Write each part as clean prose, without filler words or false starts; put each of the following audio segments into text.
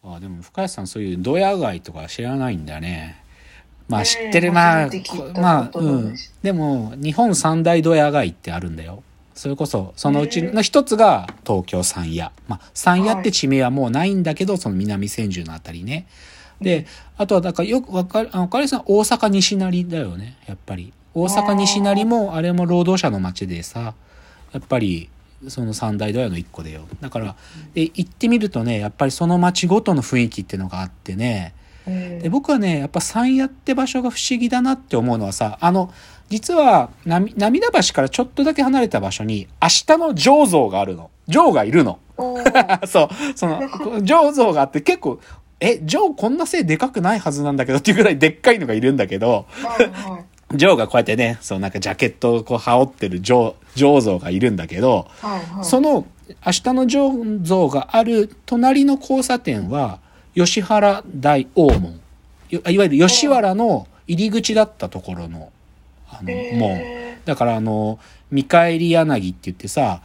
あ、でも深谷さんそういうドヤ街とか知らないんだね。まあ知ってる、まあ、でも日本三大ドヤ街ってあるんだよ。それこそそのうちの一つが東京三谷。まあ三谷って地名はもうないんだけど、その南千住のあたりね。で、あとはだからよくわかりさん大阪西成だよね。やっぱり大阪西成もあれも労働者の街でさ、やっぱりその三大ドヤの一個だよ。だから行ってみるとね、やっぱりその街ごとの雰囲気っていうのがあってね。で僕はねやっぱ三谷って場所が不思議だなって思うのはさ、実は涙橋からちょっとだけ離れた場所に明日のジョー像があるの。ジョーがいるの。そう、そのジョー像があって結構ジョーこんな背でかくないはずなんだけどっていうぐらいでっかいのがいるんだけど、ジョーがこうやってね、そのなんかジャケットをこう羽織ってるジョー像がいるんだけど、その明日のジョー像がある隣の交差点は吉原大大門、いわゆる吉原の入り口だったところの門だから、見返り柳って言ってさ、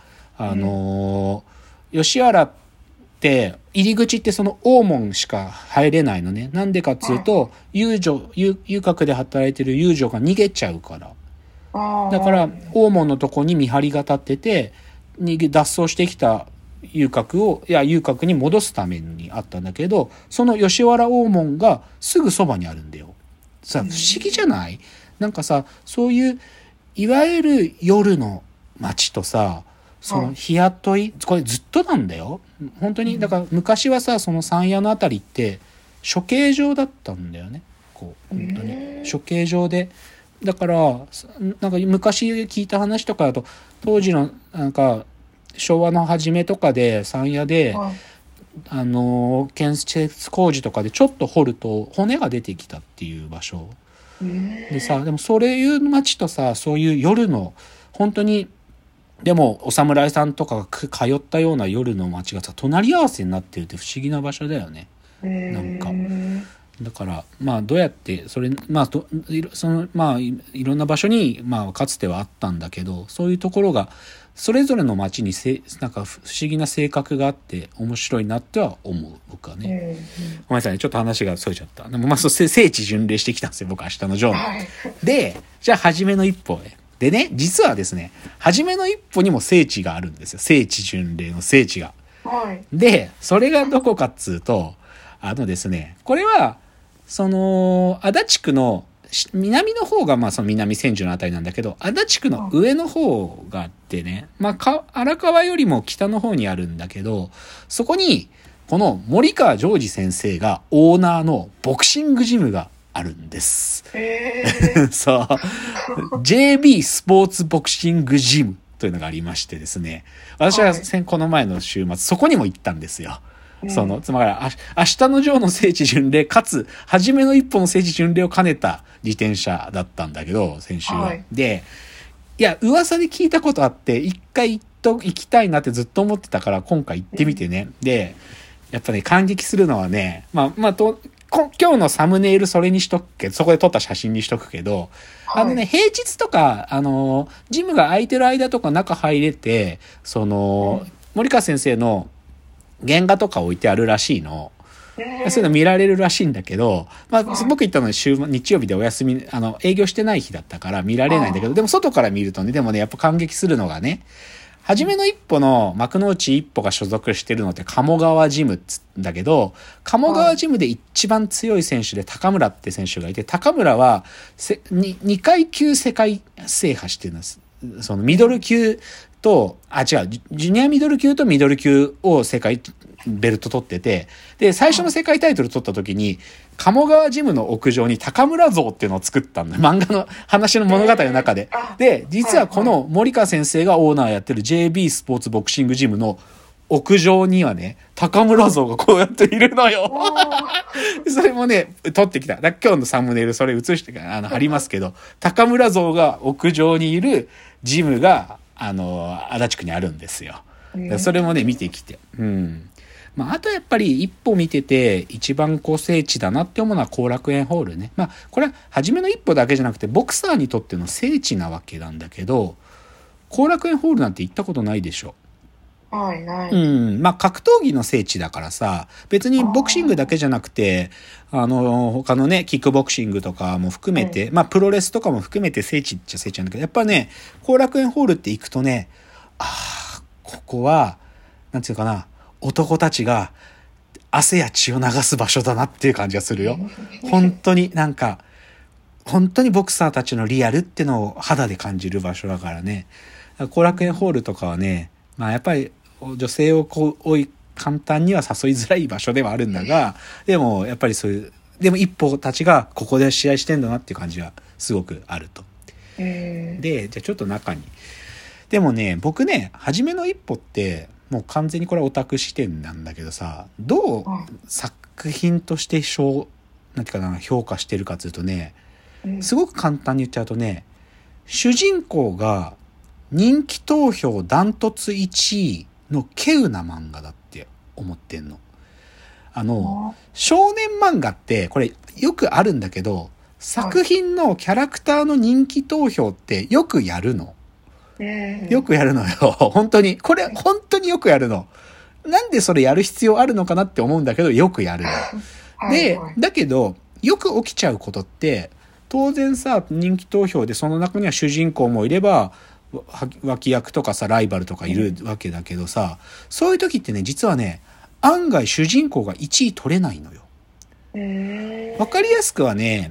吉原って入り口ってその大門しか入れないのね。なんでかっつうと遊郭で働いてる遊女が逃げちゃうから。だから大門のとこに見張りが立ってて、脱走してきた遊郭に戻すためにあったんだけど、その吉原大門がすぐそばにあるんだよ。さ、不思議じゃない？なんかさ、そういういわゆる夜の街とさ、その日雇い、これずっとなんだよ。本当にだから昔はさ、その山谷のあたりって処刑場だったんだよね。こう本当に処刑場で、だからなんか昔聞いた話とかだと、当時のなんか昭和の初めとかで山谷で、建設工事とかでちょっと掘ると骨が出てきたっていう場所でさ、でもそういう街とさ、そういう夜の本当にでもお侍さんとかが通ったような夜の街がさ、隣り合わせになってるって不思議な場所だよね。なんかだからまあどうやってそれまあそのまあいろんな場所にまあかつてはあったんだけど、そういうところがそれぞれの街になんか不思議な性格があって面白いなっては思う、僕はね。ごめんなさいね、ちょっと話がそれちゃった。でもまあ聖地巡礼してきたんですよ、僕明日のジョーの。で、じゃあ初めの一歩でね、実はですね、初めの一歩にも聖地があるんですよ。聖地巡礼の聖地が。で、それがどこかっつうと、ですね、これはその足立区の南の方がまあその南千住のあたりなんだけど、足立区の上の方があってね、まあ荒川よりも北の方にあるんだけど、そこにこの森川ジョージ先生がオーナーのボクシングジムがあるんです。そう。JB スポーツボクシングジムというのがありましてですね。私はこの前の週末、そこにも行ったんですよ。つまり、明日のジョーの聖地巡礼、かつ、初めの一歩の聖地巡礼を兼ねた自転車だったんだけど、先週は。で、いや、噂で聞いたことあって、一回行きたいなってずっと思ってたから、今回行ってみてね。で、やっぱね、感激するのはね、今日のサムネイルそれにしとくけど、そこで撮った写真にしとくけど、平日とか、ジムが空いてる間とか中入れて、森川先生の原画とか置いてあるらしいの。そういうの見られるらしいんだけど、まあ、僕行ったのは日曜日でお休み、営業してない日だったから見られないんだけど、でも外から見るとね、でもね、やっぱ感激するのがね、初めの一歩の幕の内一歩が所属してるのって鴨川ジムっつうんだけど、鴨川ジムで一番強い選手で高村って選手がいて、高村は2階級世界制覇してるんです。そのミドル級と、ジュニアミドル級とミドル級を世界ベルト取ってて、で、最初の世界タイトル取った時に、鴨川ジムの屋上に高村像っていうのを作ったんだ。漫画の話の物語の中で。で、実はこの森川先生がオーナーやってる JB スポーツボクシングジムの屋上にはね、高村像がこうやっているのよ。それもね、撮ってきた。今日のサムネイルそれ映して貼りますけど、高村像が屋上にいるジムが、足立区にあるんですよ。それもね、見てきて。まあ、あとやっぱり一歩見てて一番聖地だなって思うのは後楽園ホールね。まあ、これは初めの一歩だけじゃなくてボクサーにとっての聖地なわけなんだけど、後楽園ホールなんて行ったことないでしょ。 はいない。 うん。まあ、格闘技の聖地だからさ、別にボクシングだけじゃなくて、他のね、キックボクシングとかも含めて、まあ、プロレスとかも含めて聖地っちゃ聖地なんだけど、やっぱね、後楽園ホールって行くとね、ここは、なんていうかな、男たちが汗や血を流す場所だなっていう感じがするよ。本当になんか、本当にボクサーたちのリアルってのを肌で感じる場所だからね。後楽園ホールとかはね、まあやっぱり女性を簡単には誘いづらい場所ではあるんだが、でもやっぱりそういう、でも一歩たちがここで試合してんだなっていう感じがすごくあると。で、じゃあちょっと中に。でもね、僕ね、初めの一歩って、もう完全にこれはオタク視点なんだけどさ、どう作品としてなんていうかな、評価してるかっていうとね、すごく簡単に言っちゃうとね、主人公が人気投票ダントツ1位の稀有な漫画だって思ってんの。少年漫画ってこれよくあるんだけど、作品のキャラクターの人気投票ってよくやるの。よくやるのよ。本当に。これ本当によくやるの。なんでそれやる必要あるのかなって思うんだけど、よくやるの。で、だけど、よく起きちゃうことって、当然さ、人気投票でその中には主人公もいれば、脇役とかさ、ライバルとかいるわけだけどさ、そういう時ってね、実はね、案外主人公が1位取れないのよ。わかりやすくはね、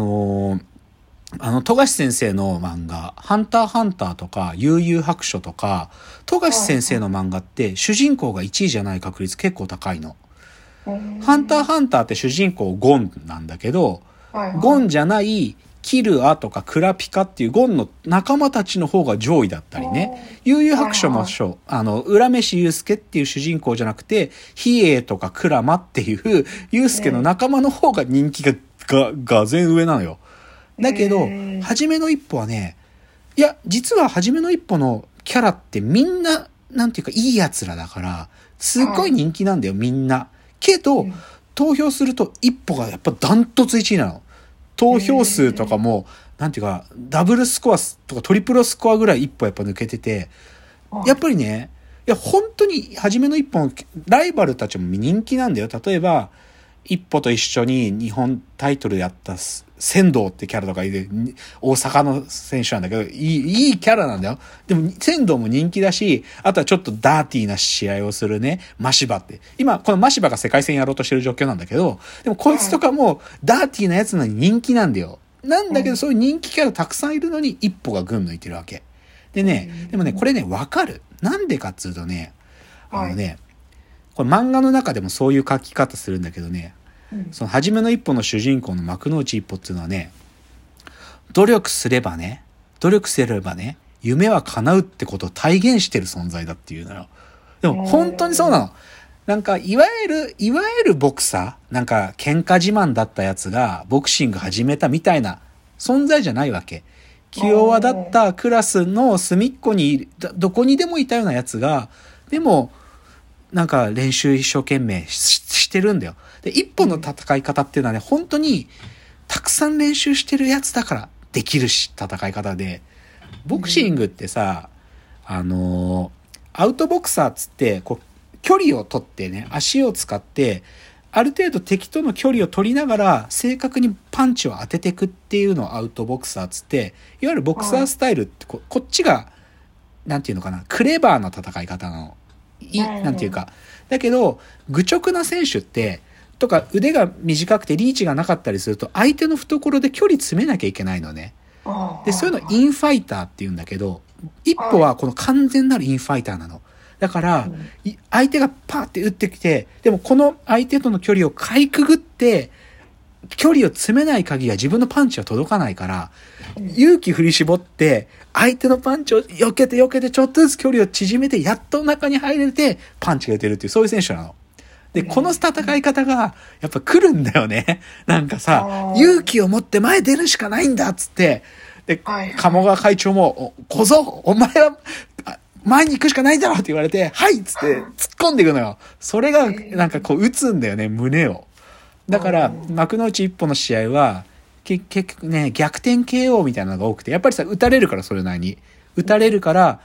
富樫先生の漫画、ハンターハンターとか、悠々白書とか、富樫先生の漫画って主人公が1位じゃない確率結構高いの。ハンターハンターって主人公ゴンなんだけど、ゴンじゃないキルアとかクラピカっていうゴンの仲間たちの方が上位だったりね。悠々白書も浦飯祐介っていう主人公じゃなくて、比叡とかクラマっていう祐介の仲間の方が人気が全上なのよ。だけど、初めの一歩はね、いや、実は初めの一歩のキャラってみんな、なんていうかいい奴らだから、すっごい人気なんだよ、みんな。けど、投票すると一歩がやっぱダントツ1位なの。投票数とかも、なんていうか、ダブルスコアとかトリプルスコアぐらい一歩やっぱ抜けてて、やっぱりね、いや、本当に初めの一歩のライバルたちも人気なんだよ。例えば、一歩と一緒に日本タイトルやった仙道ってキャラとかいて、大阪の選手なんだけど、いいキャラなんだよ。でも仙道も人気だし、あとはちょっとダーティーな試合をするね、マシバって。今、このマシバが世界戦やろうとしてる状況なんだけど、でもこいつとかもダーティーなやつなのに人気なんだよ。なんだけどそういう人気キャラたくさんいるのに一歩が群抜いてるわけ。でね、でもね、これね、わかる。なんでかっつうとね、これ漫画の中でもそういう書き方するんだけどね、その初めの一歩の主人公の幕の内一歩っていうのはね、努力すればね、夢は叶うってことを体現してる存在だっていうのよ。でも本当にそうなの。なんか、いわゆるボクサー、なんか喧嘩自慢だったやつがボクシング始めたみたいな存在じゃないわけ。気弱だったクラスの隅っこに、どこにでもいたようなやつが、でも、なんか練習一生懸命してるんだよ。で、一歩の戦い方っていうのはね、本当にたくさん練習してるやつだからできる戦い方で、ボクシングってさ、アウトボクサーっつって、こう、距離を取ってね、足を使って、ある程度敵との距離を取りながら、正確にパンチを当てていくっていうのをアウトボクサーっつって、いわゆるボクサースタイルってこっちが、なんていうのかな、クレバーな戦い方なの。なんていうか。だけど、愚直な選手って、とか腕が短くてリーチがなかったりすると、相手の懐で距離詰めなきゃいけないのね。で、そういうのインファイターって言うんだけど、一歩はこの完全なるインファイターなの。だから、相手がパーって打ってきて、でもこの相手との距離をかいくぐって、距離を詰めない限りは自分のパンチは届かないから、勇気振り絞って、相手のパンチを避けてちょっとずつ距離を縮めて、やっと中に入れて、パンチが打てるっていう、そういう選手なの。で、この戦い方が、やっぱ来るんだよね。なんかさ、勇気を持って前出るしかないんだっつって、で、鴨川会長も、小僧、お前は、前に行くしかないんだろって言われて、はいっつって突っ込んでいくのよ。それが、なんかこう、打つんだよね、胸を。だから、幕の内一歩の試合は、結局ね、逆転 KO みたいなのが多くて、やっぱりさ、打たれるから、それなりに。打たれるから、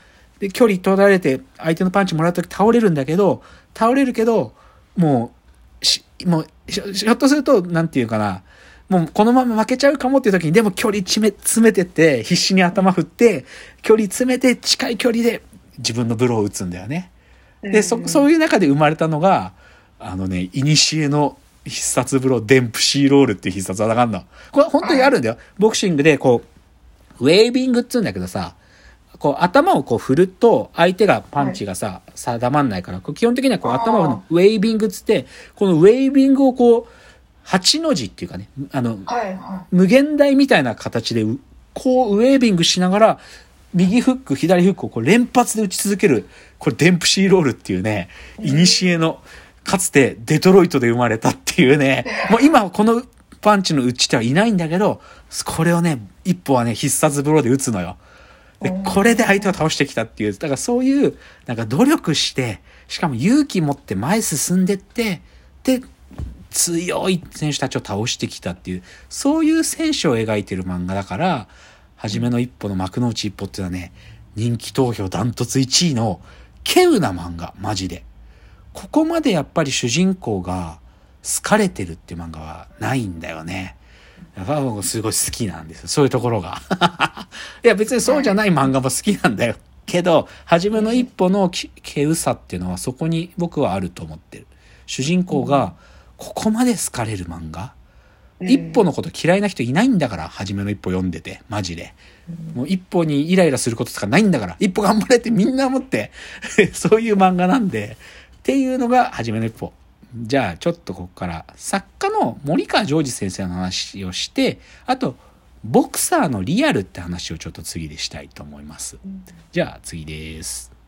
で、距離取られて、相手のパンチもらうとき倒れるけど、もう、ひょっとすると、なんていうかな、もうこのまま負けちゃうかもっていう時に、でも距離詰めてって、必死に頭振って、距離詰めて、近い距離で自分のブローを打つんだよね。で、そういう中で生まれたのが、いにしえの必殺ブロー、デンプシーロールっていう必殺技があるの。これ本当にあるんだよ。ボクシングでこう、ウェービングっつうんだけどさ、こう頭をこう振ると相手がパンチがさ、定まんないから、基本的にはこう頭のウェービングっつって、このウェービングをこう、8の字っていうかね、無限大みたいな形で、こうウェービングしながら、右フック、左フックをこう連発で打ち続ける、これデンプシーロールっていうね、古の、かつてデトロイトで生まれたっていうね、もう今このパンチの打ち手はいないんだけど、これをね、一歩はね、必殺ブローで打つのよ。で、これで相手を倒してきたっていう、だからそういう、なんか努力して、しかも勇気持って前進んでって、で、強い選手たちを倒してきたっていう、そういう選手を描いてる漫画だから、初めの一歩の幕の内一歩っていうのはね、人気投票ダントツ1位の、稀有な漫画、マジで。ここまでやっぱり主人公が好かれてるっていう漫画はないんだよね。だから僕すごい好きなんですよ。そういうところが。いや別にそうじゃない漫画も好きなんだよ。けど、初めの一歩の稀有さっていうのはそこに僕はあると思ってる。主人公がここまで好かれる漫画、一歩のこと嫌いな人いないんだから、初めの一歩読んでて、マジで。もう一歩にイライラすることとかないんだから、一歩頑張れってみんな思って、そういう漫画なんで、っていうのが初めの一歩。じゃあちょっとここから作家の森川ジョージ先生の話をして、あとボクサーのリアルって話をちょっと次でしたいと思います。じゃあ次です。